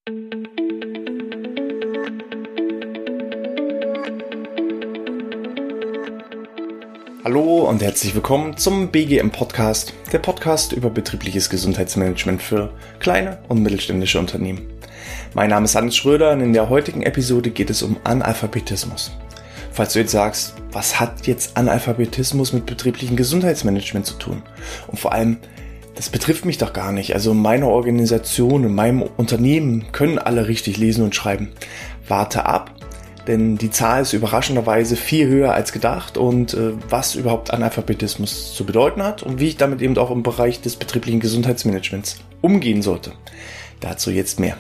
Hallo und herzlich willkommen zum BGM Podcast, der Podcast über betriebliches Gesundheitsmanagement für kleine und mittelständische Unternehmen. Mein Name ist Hannes Schröder und in der heutigen Episode geht es um Analphabetismus. Falls du jetzt sagst, was hat jetzt Analphabetismus mit betrieblichem Gesundheitsmanagement zu tun? Und vor allem, das betrifft mich doch gar nicht. Also in meiner Organisation, in meinem Unternehmen können alle richtig lesen und schreiben. Warte ab. Denn die Zahl ist überraschenderweise viel höher als gedacht und was überhaupt Analphabetismus zu bedeuten hat und wie ich damit eben auch im Bereich des betrieblichen Gesundheitsmanagements umgehen sollte. Dazu jetzt mehr.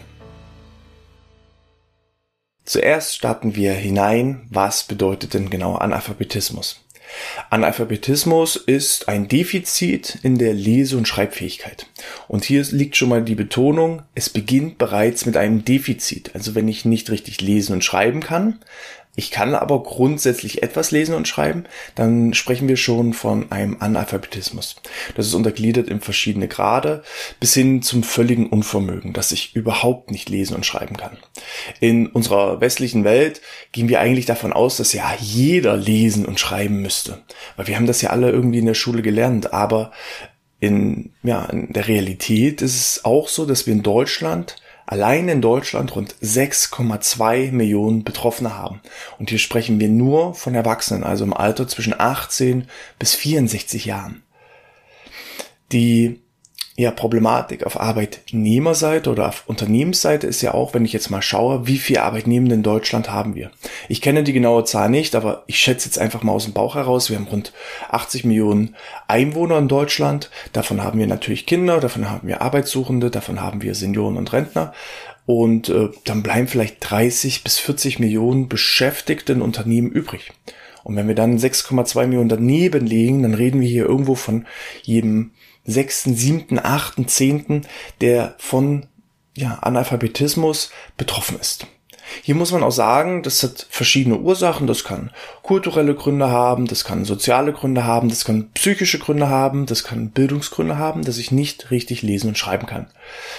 Zuerst starten wir hinein, was bedeutet denn genau Analphabetismus? Analphabetismus ist ein Defizit in der Lese- und Schreibfähigkeit. Und hier liegt schon mal die Betonung, es beginnt bereits mit einem Defizit. Also wenn ich nicht richtig lesen und schreiben kann, ich kann aber grundsätzlich etwas lesen und schreiben, dann sprechen wir schon von einem Analphabetismus. Das ist untergliedert in verschiedene Grade bis hin zum völligen Unvermögen, dass ich überhaupt nicht lesen und schreiben kann. In unserer westlichen Welt gehen wir eigentlich davon aus, dass ja jeder lesen und schreiben müsste. Weil wir haben das ja alle irgendwie in der Schule gelernt. Aber in der Realität ist es auch so, dass wir allein in Deutschland rund 6,2 Millionen Betroffene haben. Und hier sprechen wir nur von Erwachsenen, also im Alter zwischen 18 bis 64 Jahren. Die Problematik auf Arbeitnehmerseite oder auf Unternehmensseite ist ja auch, wenn ich jetzt mal schaue, wie viele Arbeitnehmende in Deutschland haben wir. Ich kenne die genaue Zahl nicht, aber ich schätze jetzt einfach mal aus dem Bauch heraus, wir haben rund 80 Millionen Einwohner in Deutschland. Davon haben wir natürlich Kinder, davon haben wir Arbeitssuchende, davon haben wir Senioren und Rentner. Und dann bleiben vielleicht 30 bis 40 Millionen Beschäftigte in Unternehmen übrig. Und wenn wir dann 6,2 Millionen daneben legen, dann reden wir hier irgendwo von jedem 6., 7., 8., 10., der von Analphabetismus betroffen ist. Hier muss man auch sagen, das hat verschiedene Ursachen. Das kann kulturelle Gründe haben, das kann soziale Gründe haben, das kann psychische Gründe haben, das kann Bildungsgründe haben, dass ich nicht richtig lesen und schreiben kann.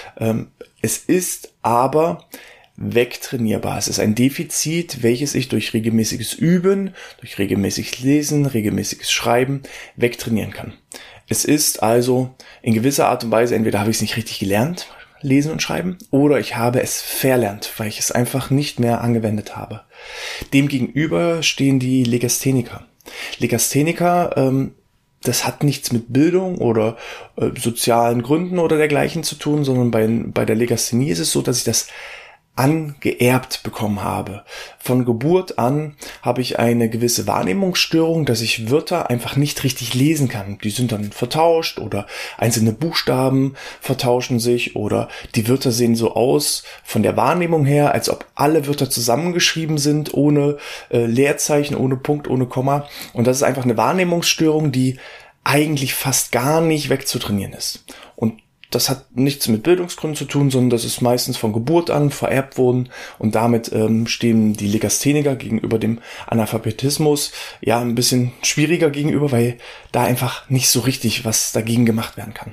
Es ist aber wegtrainierbar. Es ist ein Defizit, welches ich durch regelmäßiges Üben, durch regelmäßiges Lesen, regelmäßiges Schreiben wegtrainieren kann. Es ist also in gewisser Art und Weise, entweder habe ich es nicht richtig gelernt, lesen und schreiben, oder ich habe es verlernt, weil ich es einfach nicht mehr angewendet habe. Demgegenüber stehen die Legastheniker. Legastheniker, das hat nichts mit Bildung oder sozialen Gründen oder dergleichen zu tun, sondern bei der Legasthenie ist es so, dass ich das angeerbt bekommen habe. Von Geburt an habe ich eine gewisse Wahrnehmungsstörung, dass ich Wörter einfach nicht richtig lesen kann. Die sind dann vertauscht oder einzelne Buchstaben vertauschen sich oder die Wörter sehen so aus von der Wahrnehmung her, als ob alle Wörter zusammengeschrieben sind, ohne Leerzeichen, ohne Punkt, ohne Komma. Und das ist einfach eine Wahrnehmungsstörung, die eigentlich fast gar nicht wegzutrainieren ist. Und das hat nichts mit Bildungsgründen zu tun, sondern das ist meistens von Geburt an vererbt worden und damit stehen die Legastheniker gegenüber dem Analphabetismus ein bisschen schwieriger gegenüber, weil da einfach nicht so richtig was dagegen gemacht werden kann.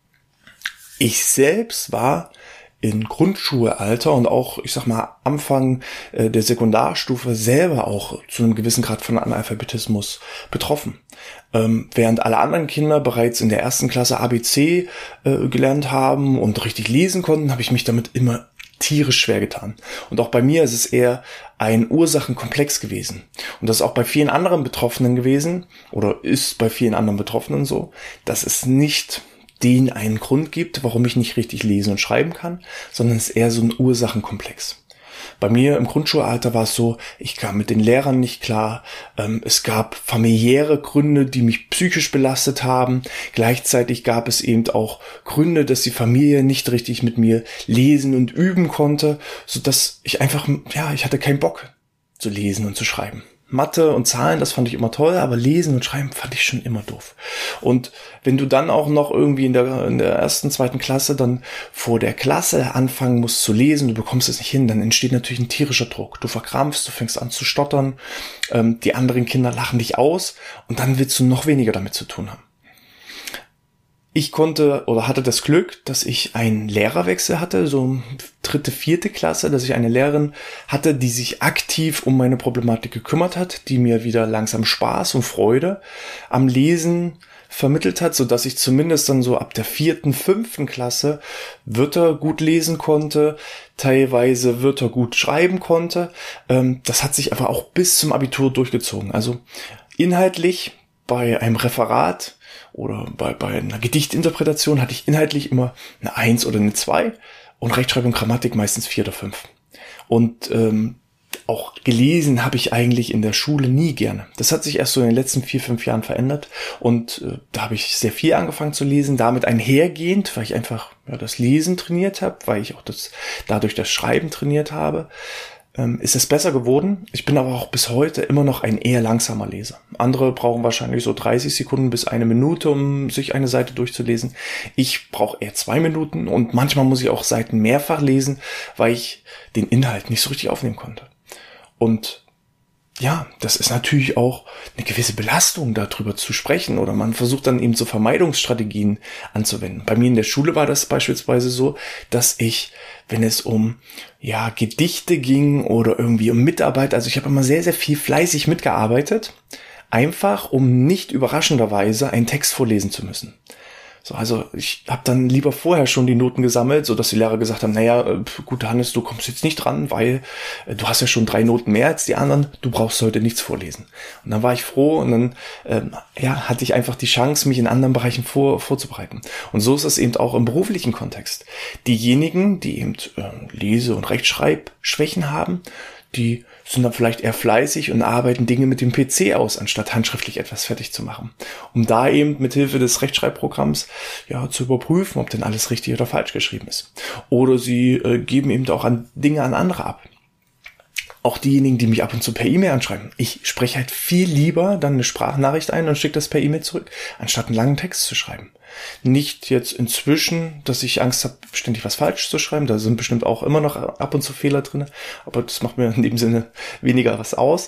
Ich selbst war in Grundschulalter und auch, Anfang der Sekundarstufe selber auch zu einem gewissen Grad von Analphabetismus betroffen. Während alle anderen Kinder bereits in der 1. Klasse ABC gelernt haben und richtig lesen konnten, habe ich mich damit immer tierisch schwer getan. Und auch bei mir ist es eher ein Ursachenkomplex gewesen. Und das ist auch bei vielen anderen Betroffenen gewesen, oder ist bei vielen anderen Betroffenen so, dass es nicht den einen Grund gibt, warum ich nicht richtig lesen und schreiben kann, sondern es ist eher so ein Ursachenkomplex. Bei mir im Grundschulalter war es so, ich kam mit den Lehrern nicht klar, es gab familiäre Gründe, die mich psychisch belastet haben, gleichzeitig gab es eben auch Gründe, dass die Familie nicht richtig mit mir lesen und üben konnte, sodass ich einfach, ich hatte keinen Bock zu lesen und zu schreiben. Mathe und Zahlen, das fand ich immer toll, aber Lesen und Schreiben fand ich schon immer doof. Und wenn du dann auch noch irgendwie in der 1., 2. Klasse dann vor der Klasse anfangen musst zu lesen, du bekommst es nicht hin, dann entsteht natürlich ein tierischer Druck. Du verkrampfst, du fängst an zu stottern, die anderen Kinder lachen dich aus und dann willst du noch weniger damit zu tun haben. Ich konnte oder hatte das Glück, dass ich einen Lehrerwechsel hatte, so 3., 4. Klasse, dass ich eine Lehrerin hatte, die sich aktiv um meine Problematik gekümmert hat, die mir wieder langsam Spaß und Freude am Lesen vermittelt hat, so dass ich zumindest dann so ab der 4., 5. Klasse Wörter gut lesen konnte, teilweise Wörter gut schreiben konnte. Das hat sich aber auch bis zum Abitur durchgezogen. Also inhaltlich bei einem Referat oder bei einer Gedichtinterpretation hatte ich inhaltlich immer eine 1 oder eine 2 und Rechtschreibung und Grammatik meistens 4 oder 5. Und auch gelesen habe ich eigentlich in der Schule nie gerne. Das hat sich erst so in den letzten 4, 5 Jahren verändert und da habe ich sehr viel angefangen zu lesen, damit einhergehend, weil ich einfach das Lesen trainiert habe, weil ich auch dadurch das Schreiben trainiert habe, ist es besser geworden. Ich bin aber auch bis heute immer noch ein eher langsamer Leser. Andere brauchen wahrscheinlich so 30 Sekunden bis 1 Minute, um sich eine Seite durchzulesen. Ich brauche eher 2 Minuten und manchmal muss ich auch Seiten mehrfach lesen, weil ich den Inhalt nicht so richtig aufnehmen konnte. Und ja, das ist natürlich auch eine gewisse Belastung, darüber zu sprechen, oder man versucht dann eben so Vermeidungsstrategien anzuwenden. Bei mir in der Schule war das beispielsweise so, dass ich, wenn es um Gedichte ging oder irgendwie um Mitarbeit, also ich habe immer sehr, sehr viel fleißig mitgearbeitet, einfach um nicht überraschenderweise einen Text vorlesen zu müssen. So, also ich habe dann lieber vorher schon die Noten gesammelt, so dass die Lehrer gesagt haben, gut, Hannes, du kommst jetzt nicht dran, weil du hast ja schon 3 Noten mehr als die anderen, du brauchst heute nichts vorlesen. Und dann war ich froh und dann hatte ich einfach die Chance, mich in anderen Bereichen vorzubereiten. Und so ist es eben auch im beruflichen Kontext. Diejenigen, die eben Lese- und Rechtschreibschwächen haben, die sind dann vielleicht eher fleißig und arbeiten Dinge mit dem PC aus, anstatt handschriftlich etwas fertig zu machen. Um da eben mit Hilfe des Rechtschreibprogramms zu überprüfen, ob denn alles richtig oder falsch geschrieben ist. Oder sie geben eben auch Dinge an andere ab. Auch diejenigen, die mich ab und zu per E-Mail anschreiben. Ich spreche halt viel lieber dann eine Sprachnachricht ein und schicke das per E-Mail zurück, anstatt einen langen Text zu schreiben. Nicht jetzt inzwischen, dass ich Angst habe, ständig was falsch zu schreiben. Da sind bestimmt auch immer noch ab und zu Fehler drin. Aber das macht mir in dem Sinne weniger was aus.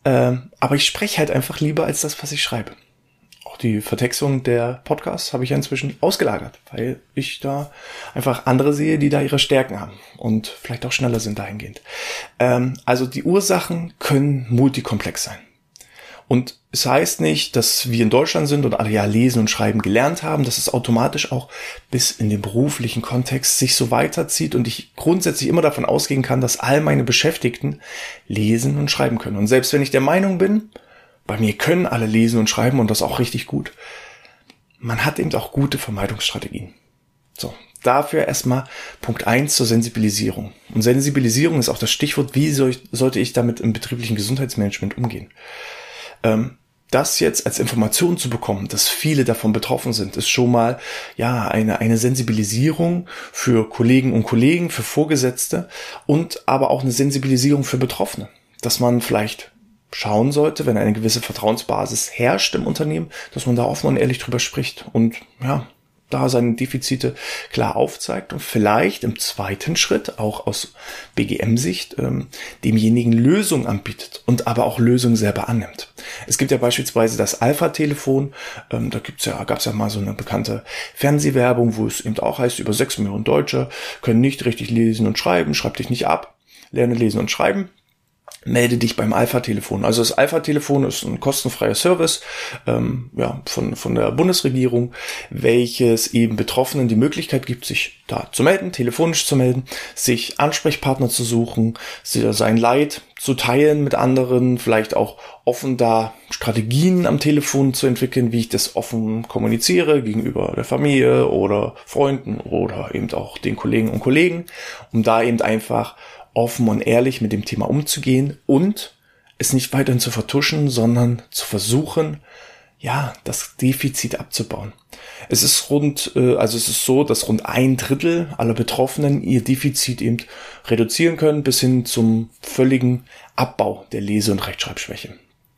Aber ich spreche halt einfach lieber als das, was ich schreibe. Auch die Vertextung der Podcasts habe ich ja inzwischen ausgelagert, weil ich da einfach andere sehe, die da ihre Stärken haben und vielleicht auch schneller sind dahingehend. Also die Ursachen können multikomplex sein. Und es heißt nicht, dass wir in Deutschland sind und alle lesen und schreiben gelernt haben, dass es automatisch auch bis in den beruflichen Kontext sich so weiterzieht und ich grundsätzlich immer davon ausgehen kann, dass all meine Beschäftigten lesen und schreiben können. Und selbst wenn ich der Meinung bin, bei mir können alle lesen und schreiben und das auch richtig gut, man hat eben auch gute Vermeidungsstrategien. So, dafür erstmal Punkt 1 zur Sensibilisierung. Und Sensibilisierung ist auch das Stichwort, wie sollte ich damit im betrieblichen Gesundheitsmanagement umgehen. Das jetzt als Information zu bekommen, dass viele davon betroffen sind, ist schon mal eine Sensibilisierung für Kollegen und Kollegen, für Vorgesetzte und aber auch eine Sensibilisierung für Betroffene, dass man vielleicht schauen sollte, wenn eine gewisse Vertrauensbasis herrscht im Unternehmen, dass man da offen und ehrlich drüber spricht und da seine Defizite klar aufzeigt und vielleicht im zweiten Schritt auch aus BGM-Sicht demjenigen Lösungen anbietet und aber auch Lösungen selber annimmt. Es gibt ja beispielsweise das Alpha-Telefon, da gab's ja mal so eine bekannte Fernsehwerbung, wo es eben auch heißt, über 6 Millionen Deutsche können nicht richtig lesen und schreiben, schreib dich nicht ab, lerne lesen und schreiben. Melde dich beim Alpha-Telefon. Also das Alpha-Telefon ist ein kostenfreier Service von der Bundesregierung, welches eben Betroffenen die Möglichkeit gibt, sich da zu melden, telefonisch zu melden, sich Ansprechpartner zu suchen, sein Leid zu teilen mit anderen, vielleicht auch offen da Strategien am Telefon zu entwickeln, wie ich das offen kommuniziere gegenüber der Familie oder Freunden oder eben auch den Kollegen und Kollegen, um da eben einfach offen und ehrlich mit dem Thema umzugehen und es nicht weiterhin zu vertuschen, sondern zu versuchen, das Defizit abzubauen. Es ist so, dass rund 1/3 aller Betroffenen ihr Defizit eben reduzieren können, bis hin zum völligen Abbau der Lese- und Rechtschreibschwäche.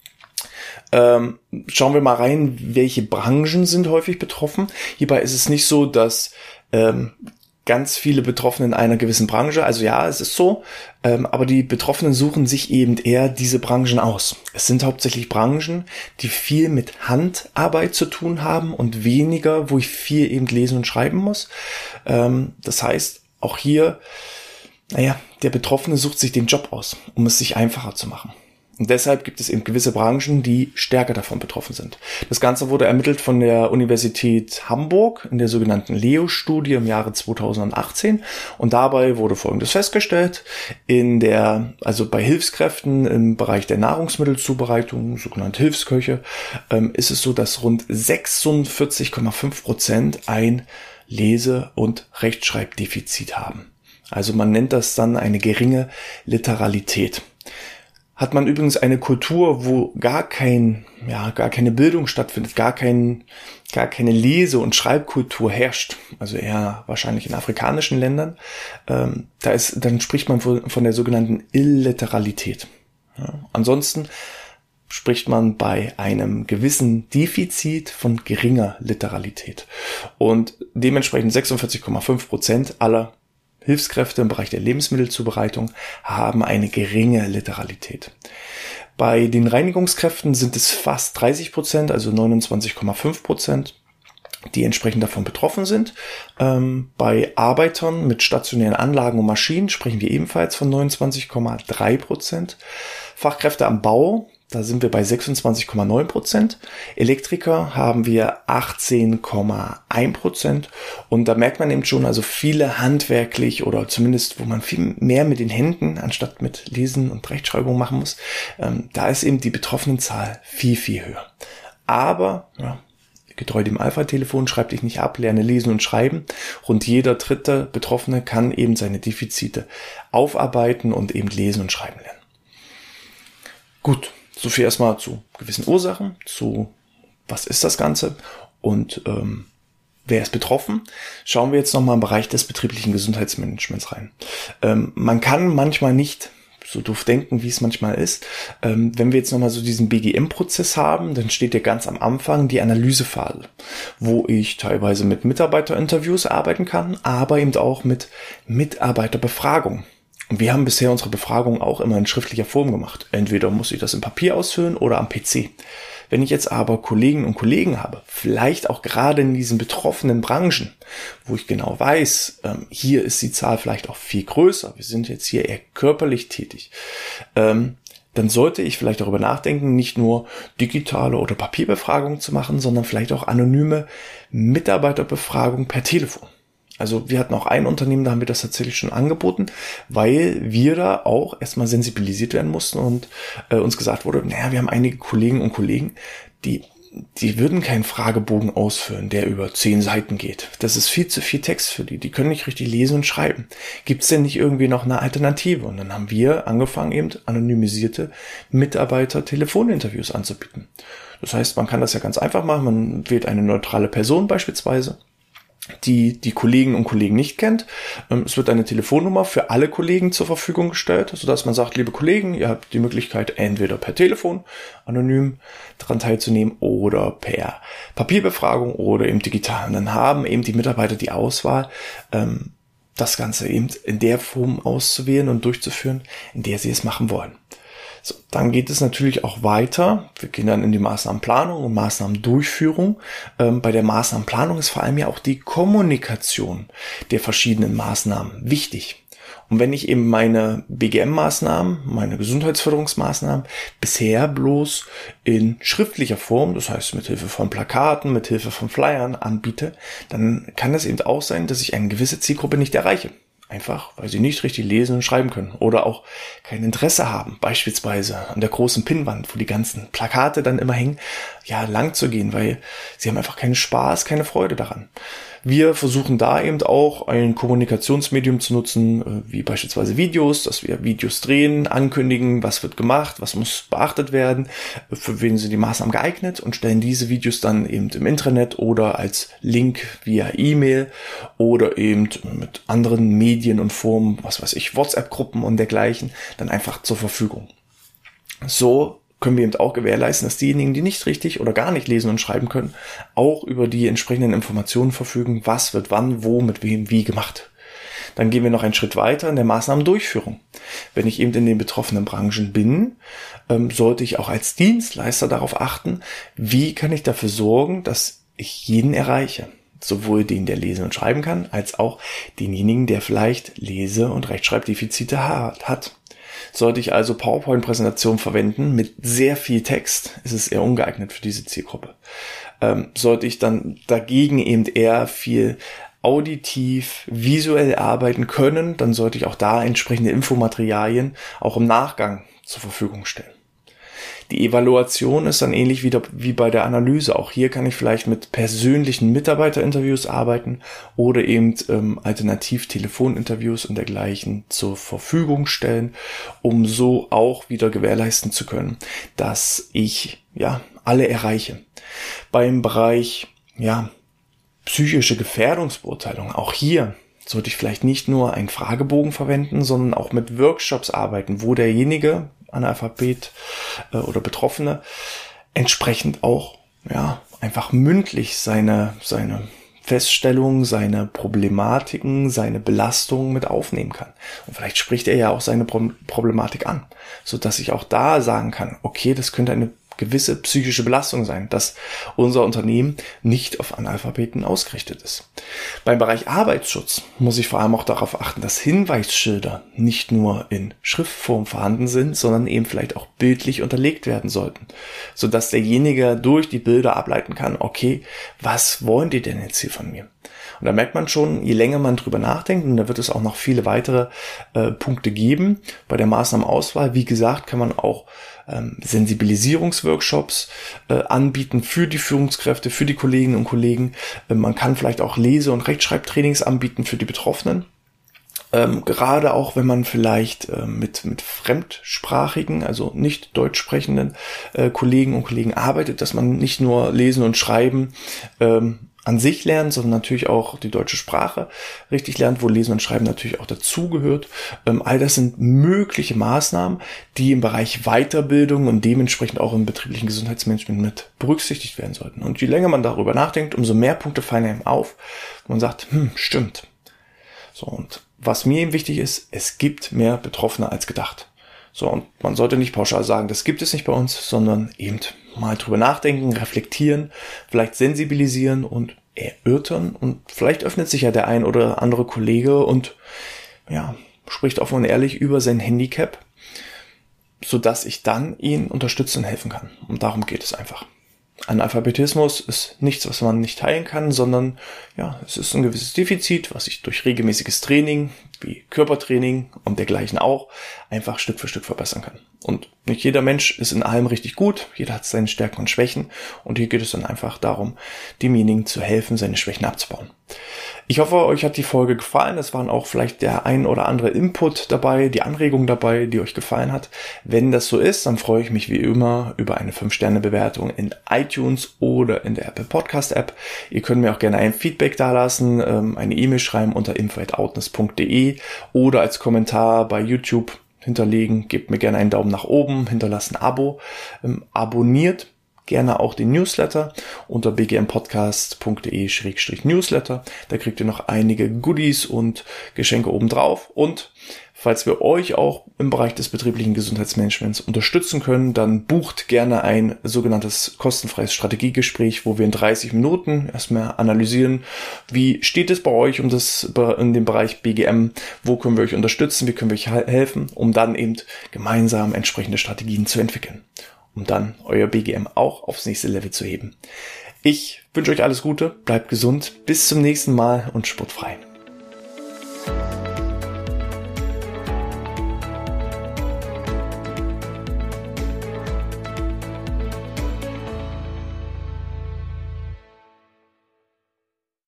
Schauen wir mal rein, welche Branchen sind häufig betroffen. Hierbei ist es nicht so, dass ganz viele Betroffene in einer gewissen Branche. Also ja, es ist so, aber die Betroffenen suchen sich eben eher diese Branchen aus. Es sind hauptsächlich Branchen, die viel mit Handarbeit zu tun haben und weniger, wo ich viel eben lesen und schreiben muss. Das heißt, auch hier, der Betroffene sucht sich den Job aus, um es sich einfacher zu machen. Und deshalb gibt es eben gewisse Branchen, die stärker davon betroffen sind. Das Ganze wurde ermittelt von der Universität Hamburg in der sogenannten LEO-Studie im Jahre 2018. Und dabei wurde Folgendes festgestellt: bei Hilfskräften im Bereich der Nahrungsmittelzubereitung, sogenannte Hilfsköche, ist es so, dass rund 46,5% ein Lese- und Rechtschreibdefizit haben. Also man nennt das dann eine geringe Literalität. Hat man übrigens eine Kultur, wo gar keine Bildung stattfindet, gar keine Lese- und Schreibkultur herrscht, also eher wahrscheinlich in afrikanischen Ländern, dann spricht man von der sogenannten Illiteralität. Ja, ansonsten spricht man bei einem gewissen Defizit von geringer Literalität. Und dementsprechend 46,5% aller Hilfskräfte im Bereich der Lebensmittelzubereitung haben eine geringe Literalität. Bei den Reinigungskräften sind es fast 30%, also 29,5%, die entsprechend davon betroffen sind. Bei Arbeitern mit stationären Anlagen und Maschinen sprechen wir ebenfalls von 29,3%. Fachkräfte am Bau, da sind wir bei 26,9%. Elektriker haben wir 18,1%. Und da merkt man eben schon, also viele handwerklich oder zumindest, wo man viel mehr mit den Händen anstatt mit Lesen und Rechtschreibung machen muss, da ist eben die Betroffenenzahl viel, viel höher. Aber, getreu dem Alpha-Telefon, schreib dich nicht ab, lerne lesen und schreiben. Rund jeder dritte Betroffene kann eben seine Defizite aufarbeiten und eben lesen und schreiben lernen. Gut. So viel erstmal zu gewissen Ursachen, zu was ist das Ganze und wer ist betroffen. Schauen wir jetzt nochmal im Bereich des betrieblichen Gesundheitsmanagements rein. Man kann manchmal nicht so doof denken, wie es manchmal ist. Wenn wir jetzt nochmal so diesen BGM-Prozess haben, dann steht ja ganz am Anfang die Analysephase, wo ich teilweise mit Mitarbeiterinterviews arbeiten kann, aber eben auch mit Mitarbeiterbefragung. Und wir haben bisher unsere Befragung auch immer in schriftlicher Form gemacht. Entweder muss ich das im Papier ausfüllen oder am PC. Wenn ich jetzt aber Kolleginnen und Kollegen habe, vielleicht auch gerade in diesen betroffenen Branchen, wo ich genau weiß, hier ist die Zahl vielleicht auch viel größer, wir sind jetzt hier eher körperlich tätig, dann sollte ich vielleicht darüber nachdenken, nicht nur digitale oder Papierbefragungen zu machen, sondern vielleicht auch anonyme Mitarbeiterbefragung per Telefon. Also wir hatten auch ein Unternehmen, da haben wir das tatsächlich schon angeboten, weil wir da auch erstmal sensibilisiert werden mussten und uns gesagt wurde, wir haben einige Kolleginnen und Kollegen, die würden keinen Fragebogen ausfüllen, der über 10 Seiten geht. Das ist viel zu viel Text für die. Die können nicht richtig lesen und schreiben. Gibt es denn nicht irgendwie noch eine Alternative? Und dann haben wir angefangen, eben anonymisierte Mitarbeiter-Telefoninterviews anzubieten. Das heißt, man kann das ja ganz einfach machen. Man wählt eine neutrale Person beispielsweise, die Kolleginnen und Kollegen nicht kennt. Es wird eine Telefonnummer für alle Kollegen zur Verfügung gestellt, sodass man sagt, liebe Kollegen, ihr habt die Möglichkeit, entweder per Telefon anonym daran teilzunehmen oder per Papierbefragung oder eben digital. Und dann haben eben die Mitarbeiter die Auswahl, das Ganze eben in der Form auszuwählen und durchzuführen, in der sie es machen wollen. So, dann geht es natürlich auch weiter. Wir gehen dann in die Maßnahmenplanung und Maßnahmendurchführung. Bei der Maßnahmenplanung ist vor allem ja auch die Kommunikation der verschiedenen Maßnahmen wichtig. Und wenn ich eben meine BGM-Maßnahmen, meine Gesundheitsförderungsmaßnahmen bisher bloß in schriftlicher Form, das heißt mit Hilfe von Plakaten, mit Hilfe von Flyern anbiete, dann kann es eben auch sein, dass ich eine gewisse Zielgruppe nicht erreiche. Einfach, weil sie nicht richtig lesen und schreiben können oder auch kein Interesse haben, beispielsweise an der großen Pinnwand, wo die ganzen Plakate dann immer hängen, lang zu gehen, weil sie haben einfach keinen Spaß, keine Freude daran. Wir versuchen da eben auch ein Kommunikationsmedium zu nutzen, wie beispielsweise Videos, dass wir Videos drehen, ankündigen, was wird gemacht, was muss beachtet werden, für wen sind die Maßnahmen geeignet und stellen diese Videos dann eben im Intranet oder als Link via E-Mail oder eben mit anderen Medien und Formen, WhatsApp-Gruppen und dergleichen, dann einfach zur Verfügung. So können wir eben auch gewährleisten, dass diejenigen, die nicht richtig oder gar nicht lesen und schreiben können, auch über die entsprechenden Informationen verfügen, was wird wann, wo, mit wem, wie gemacht. Dann gehen wir noch einen Schritt weiter in der Maßnahmendurchführung. Wenn ich eben in den betroffenen Branchen bin, sollte ich auch als Dienstleister darauf achten, wie kann ich dafür sorgen, dass ich jeden erreiche. Sowohl den, der lesen und schreiben kann, als auch denjenigen, der vielleicht Lese- und Rechtschreibdefizite hat. Sollte ich also PowerPoint-Präsentationen verwenden mit sehr viel Text, ist es eher ungeeignet für diese Zielgruppe. Sollte ich dann dagegen eben eher viel auditiv, visuell arbeiten können, dann sollte ich auch da entsprechende Infomaterialien auch im Nachgang zur Verfügung stellen. Die Evaluation ist dann ähnlich wie bei der Analyse. Auch hier kann ich vielleicht mit persönlichen Mitarbeiterinterviews arbeiten oder eben alternativ Telefoninterviews und dergleichen zur Verfügung stellen, um so auch wieder gewährleisten zu können, dass ich alle erreiche. Beim Bereich psychische Gefährdungsbeurteilung, auch hier sollte ich vielleicht nicht nur einen Fragebogen verwenden, sondern auch mit Workshops arbeiten, wo derjenige, Analphabet oder Betroffene, entsprechend auch einfach mündlich seine Feststellungen, seine Problematiken, seine Belastungen mit aufnehmen kann. Und vielleicht spricht er ja auch seine Problematik an, sodass ich auch da sagen kann, okay, das könnte eine gewisse psychische Belastung sein, dass unser Unternehmen nicht auf Analphabeten ausgerichtet ist. Beim Bereich Arbeitsschutz muss ich vor allem auch darauf achten, dass Hinweisschilder nicht nur in Schriftform vorhanden sind, sondern eben vielleicht auch bildlich unterlegt werden sollten, sodass derjenige durch die Bilder ableiten kann, okay, was wollen die denn jetzt hier von mir? Und da merkt man schon, je länger man drüber nachdenkt, und da wird es auch noch viele weitere Punkte geben bei der Maßnahmenauswahl. Wie gesagt, kann man auch Sensibilisierungsworkshops anbieten für die Führungskräfte, für die Kolleginnen und Kollegen. Man kann vielleicht auch Lese- und Rechtschreibtrainings anbieten für die Betroffenen. Gerade auch, wenn man vielleicht mit fremdsprachigen, also nicht deutsch sprechenden Kollegen und Kollegen arbeitet, dass man nicht nur Lesen und Schreiben an sich lernt, sondern natürlich auch die deutsche Sprache richtig lernt, wo Lesen und Schreiben natürlich auch dazugehört. All das sind mögliche Maßnahmen, die im Bereich Weiterbildung und dementsprechend auch im betrieblichen Gesundheitsmanagement mit berücksichtigt werden sollten. Und je länger man darüber nachdenkt, umso mehr Punkte fallen einem auf, wo man sagt, stimmt. So, und was mir eben wichtig ist, es gibt mehr Betroffene als gedacht. So, und man sollte nicht pauschal sagen, das gibt es nicht bei uns, sondern eben mal drüber nachdenken, reflektieren, vielleicht sensibilisieren und erörtern, und vielleicht öffnet sich ja der ein oder andere Kollege und spricht offen und ehrlich über sein Handicap, sodass ich dann ihn unterstützen und helfen kann. Und darum geht es einfach. Analphabetismus ist nichts, was man nicht heilen kann, sondern es ist ein gewisses Defizit, was sich durch regelmäßiges Training, wie Körpertraining und dergleichen auch, einfach Stück für Stück verbessern kann. Und nicht jeder Mensch ist in allem richtig gut, jeder hat seine Stärken und Schwächen, und hier geht es dann einfach darum, demjenigen zu helfen, seine Schwächen abzubauen. Ich hoffe, euch hat die Folge gefallen. Es waren auch vielleicht der ein oder andere Input dabei, die Anregung dabei, die euch gefallen hat. Wenn das so ist, dann freue ich mich wie immer über eine 5-Sterne-Bewertung in iTunes oder in der Apple Podcast App. Ihr könnt mir auch gerne ein Feedback dalassen, eine E-Mail schreiben unter info@outness.de oder als Kommentar bei YouTube hinterlegen. Gebt mir gerne einen Daumen nach oben, hinterlasst ein Abo, abonniert gerne auch den Newsletter unter bgmpodcast.de/newsletter. Da kriegt ihr noch einige Goodies und Geschenke obendrauf. Und falls wir euch auch im Bereich des betrieblichen Gesundheitsmanagements unterstützen können, dann bucht gerne ein sogenanntes kostenfreies Strategiegespräch, wo wir in 30 Minuten erstmal analysieren, wie steht es bei euch in dem Bereich BGM, wo können wir euch unterstützen, wie können wir euch helfen, um dann eben gemeinsam entsprechende Strategien zu entwickeln, um dann euer BGM auch aufs nächste Level zu heben. Ich wünsche euch alles Gute, bleibt gesund, bis zum nächsten Mal und sportfrei.